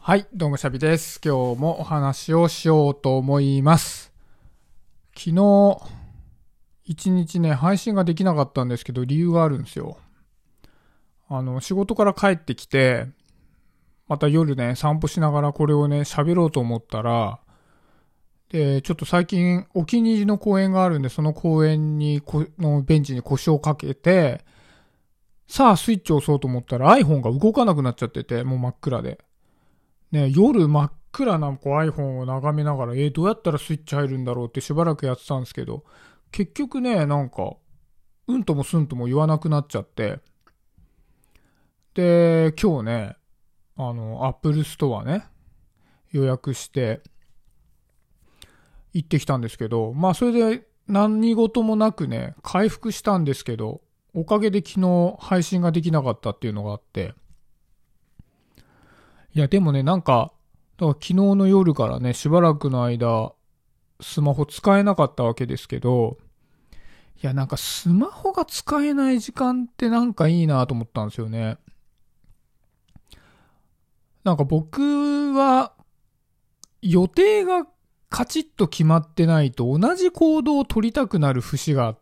はい、どうもシャビです。今日もお話をしようと思います。昨日、一日ね、配信ができなかったんですけど、理由があるんですよ。仕事から帰ってきて、また夜ね、散歩しながらこれをね、喋ろうと思ったら、で、ちょっと最近お気に入りの公園があるんで、その公園のベンチに腰をかけて、さあスイッチを押そうと思ったら iPhone が動かなくなっちゃってて、もう真っ暗で。ね、夜真っ暗なiPhone を眺めながら、どうやったらスイッチ入るんだろうってしばらくやってたんですけど、結局ね、うんともすんとも言わなくなっちゃって、で、今日ね、Apple Store ね、予約して行ってきたんですけど、まあそれで何事もなくね、回復したんですけど、おかげで昨日配信ができなかったっていうのがあって、いやでもね、だから昨日の夜からね、しばらくの間、スマホ使えなかったわけですけど、いやスマホが使えない時間っていいなと思ったんですよね。僕は予定がカチッと決まってないと同じ行動を取りたくなる節があって、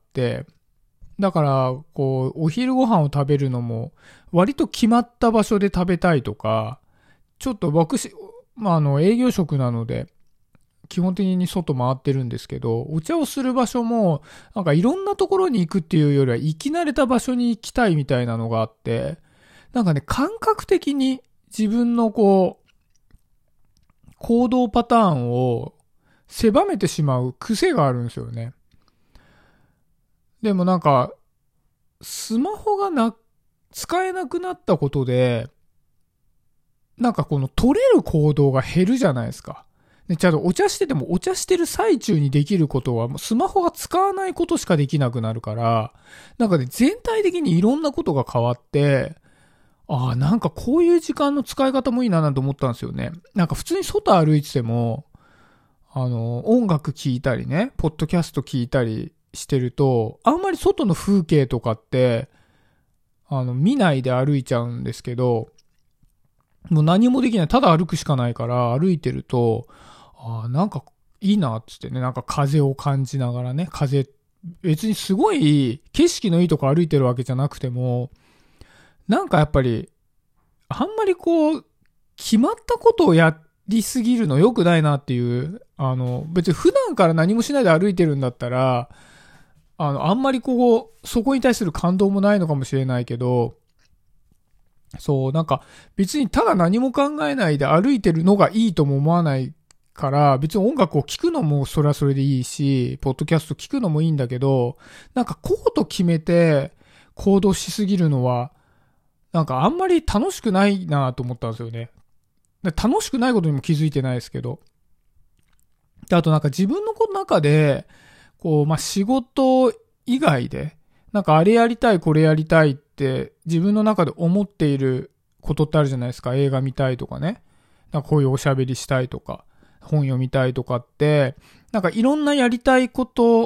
だからお昼ご飯を食べるのも割と決まった場所で食べたいとか、ちょっと営業職なので、基本的に外回ってるんですけど、お茶をする場所も、いろんなところに行くっていうよりは、行き慣れた場所に行きたいみたいなのがあって、感覚的に自分の行動パターンを狭めてしまう癖があるんですよね。でもスマホが使えなくなったことで、取れる行動が減るじゃないですか。で、ちゃんとお茶しててもお茶してる最中にできることはもうスマホが使わないことしかできなくなるから、全体的にいろんなことが変わって、ああ、こういう時間の使い方もいいなと思ったんですよね。普通に外歩いてても、音楽聴いたりね、ポッドキャスト聞いたりしてると、あんまり外の風景とかって、見ないで歩いちゃうんですけど、もう何もできない。ただ歩くしかないから歩いてると、いいなっつってね、風を感じながらね、別にすごい景色のいいとこ歩いてるわけじゃなくても、やっぱり、あんまり決まったことをやりすぎるの良くないなっていう、別に普段から何もしないで歩いてるんだったら、あんまりそこに対する感動もないのかもしれないけど、そう、別にただ何も考えないで歩いてるのがいいとも思わないから、別に音楽を聴くのもそれはそれでいいし、ポッドキャスト聞くのもいいんだけど、こうと決めて行動しすぎるのは、あんまり楽しくないなと思ったんですよね。楽しくないことにも気づいてないですけど。で、あと自分の中で、仕事以外で、あれやりたい、これやりたいって自分の中で思っていることってあるじゃないですか。映画見たいとかね。こういうおしゃべりしたいとか、本読みたいとかって、いろんなやりたいこと、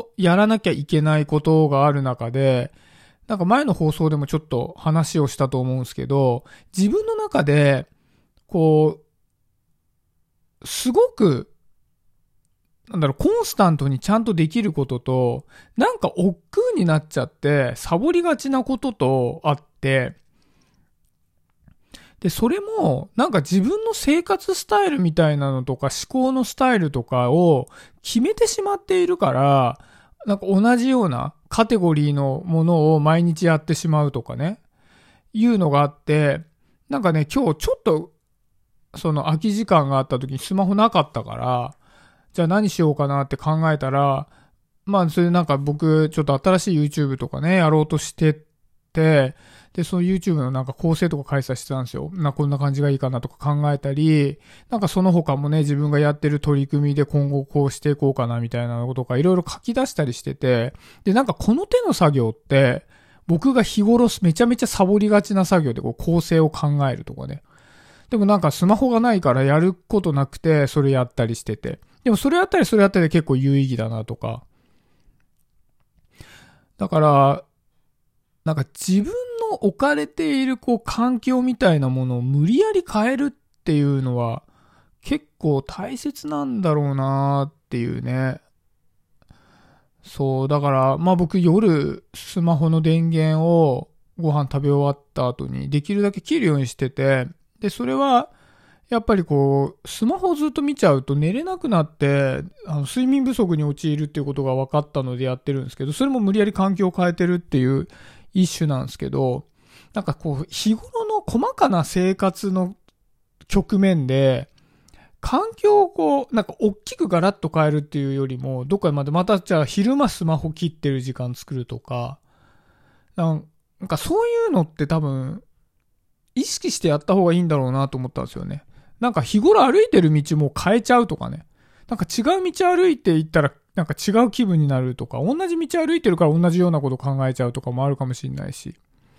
やらなきゃいけないことがある中で、前の放送でもちょっと話をしたと思うんですけど、自分の中で、すごくコンスタントにちゃんとできることと、億劫になっちゃって、サボりがちなこととあって、で、それも、自分の生活スタイルみたいなのとか、思考のスタイルとかを決めてしまっているから、同じようなカテゴリーのものを毎日やってしまうとかね、いうのがあって、今日ちょっと、空き時間があった時にスマホなかったから、じゃあ何しようかなって考えたら、それで僕、ちょっと新しい YouTube とかね、やろうとしてて、で、その YouTube の構成とか開催してたんですよ。こんな感じがいいかなとか考えたり、その他もね、自分がやってる取り組みで今後こうしていこうかなみたいなこととかいろいろ書き出したりしてて、で、この手の作業って、僕が日頃めちゃめちゃサボりがちな作業で構成を考えるとかね。でもスマホがないからやることなくて、それやったりしてて。でもそれやったりで結構有意義だなとか。だから、自分の置かれている環境みたいなものを無理やり変えるっっていうのは結構大切なんだろうなっていうね。そう、だから、まあ僕夜スマホの電源をご飯食べ終わった後にできるだけ切るようにしてて、で、それは、やっぱりこう、スマホをずっと見ちゃうと寝れなくなって、睡眠不足に陥るっていうことが分かったのでやってるんですけど、それも無理やり環境を変えてるっていう一種なんですけど、なんかこう、日頃の細かな生活の局面で、環境をこう、なんか大きくガラッと変えるっていうよりも、どっかまでまたじゃあ昼間スマホ切ってる時間作るとか、なんかそういうのって多分、意識してやった方がいいんだろうなと思ったんですよね。なんか日頃歩いてる道も変えちゃうとかね。なんか違う道歩いていったら、なんか違う気分になるとか、同じ道歩いてるから同じようなこと考えちゃうとかもあるかもしれないし。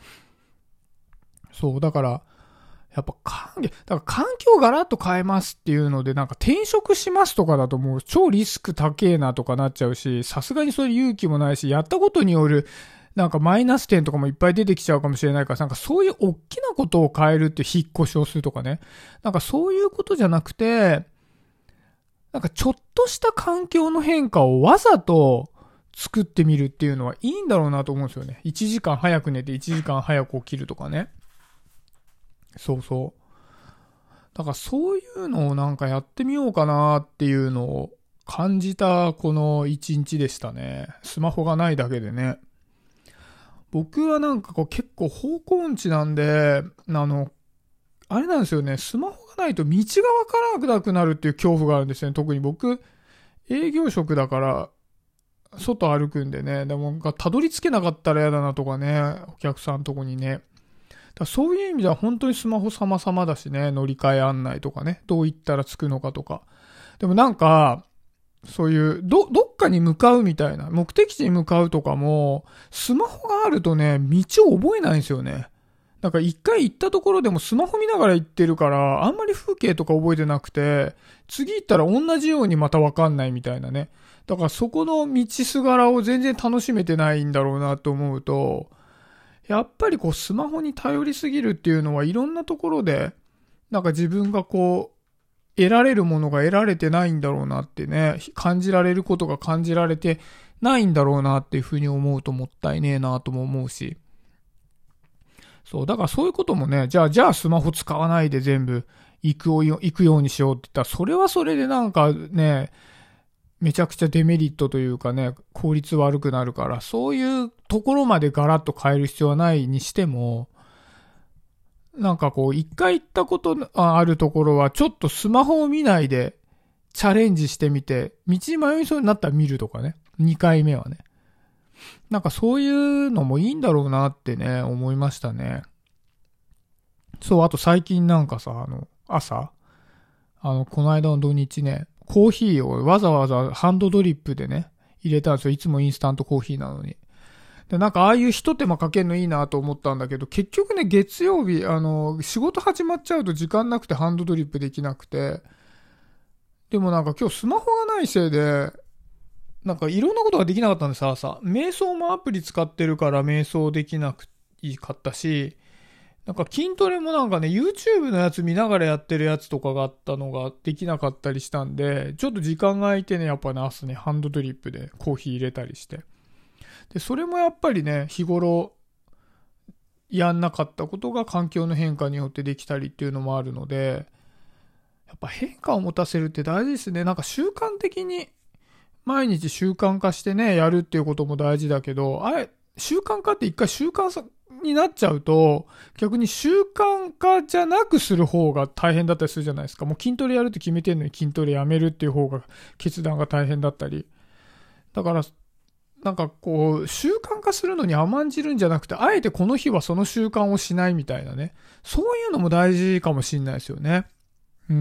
そう、だから、やっぱ環境をガラッと変えますっていうので、なんか転職しますとかだともう超リスク高えなとかなっちゃうし、さすがにそういう勇気もないし、やったことによるなんかマイナス点とかもいっぱい出てきちゃうかもしれないから、なんかそういう大きなことを変えるっていう引っ越しをするとかね。なんかそういうことじゃなくて、なんかちょっとした環境の変化をわざと作ってみるっていうのはいいんだろうなと思うんですよね。1時間早く寝て1時間早く起きるとかね。そうそう。だからそういうのをなんかやってみようかなっていうのを感じたこの一日でしたね。スマホがないだけでね。僕はなんかこう結構方向音痴なんで、あれなんですよね。スマホがないと道がわからなくなるっていう恐怖があるんですよね。特に僕、営業職だから、外歩くんでね。でもなんかたどり着けなかったら嫌だなとかね。お客さんのとこにね。だそういう意味では本当にスマホ様々だしね、乗り換え案内とかね、どう行ったら着くのかとか。でもなんか、そういう、どっかに向かうみたいな、目的地に向かうとかも、スマホがあるとね、道を覚えないんですよね。なんか一回行ったところでもスマホ見ながら行ってるから、あんまり風景とか覚えてなくて、次行ったら同じようにまたわかんないみたいなね。だからそこの道すがらを全然楽しめてないんだろうなと思うと、やっぱりこうスマホに頼りすぎるっていうのはいろんなところでなんか自分がこう得られるものが得られてないんだろうなってね、感じられることが感じられてないんだろうなっていうふうに思うともったいねえなとも思うし。そう、だからそういうこともね、じゃあスマホ使わないで全部行くようにしようって言ったら、それはそれでなんかね、めちゃくちゃデメリットというかね、効率悪くなるから、そういうところまでガラッと変える必要はないにしても、なんかこう、一回行ったことあるところは、ちょっとスマホを見ないでチャレンジしてみて、道に迷いそうになったら見るとかね。2回目はね。なんかそういうのもいいんだろうなってね、思いましたね。そう、あと最近なんかさ、朝、この間の土日ね、コーヒーをわざわざハンドドリップでね、入れたんですよ。いつもインスタントコーヒーなのに。で、なんかああいう一手間かけるのいいなと思ったんだけど、結局ね、月曜日、仕事始まっちゃうと時間なくてハンドドリップできなくて、でもなんか今日スマホがないせいで、なんかいろんなことができなかったんです朝。瞑想もアプリ使ってるから瞑想できなくいかったし、なんか筋トレもなんかね、YouTube のやつ見ながらやってるやつとかがあったのができなかったりしたんで、ちょっと時間が空いてね、やっぱね、朝ね、ハンドドリップでコーヒー入れたりして。で、それもやっぱりね、日頃やんなかったことが環境の変化によってできたりっていうのもあるので、やっぱ変化を持たせるって大事ですね。なんか習慣的に毎日習慣化してね、やるっていうことも大事だけど、習慣化って一回習慣になっちゃうと、逆に習慣化じゃなくする方が大変だったりするじゃないですか。もう筋トレやるって決めてんのに筋トレやめるっていう方が決断が大変だったり。だから、なんかこう、習慣化するのに甘んじるんじゃなくて、あえてこの日はその習慣をしないみたいなね。そういうのも大事かもしれないですよね。うん。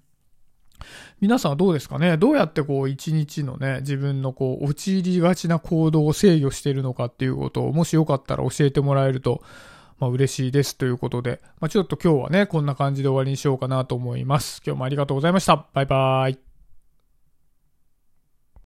皆さんはどうですかね。どうやってこう一日のね、自分のこう陥りがちな行動を制御しているのかっていうことをもしよかったら教えてもらえると、嬉しいですということで、ちょっと今日はね、こんな感じで終わりにしようかなと思います。今日もありがとうございました。バイバーイ。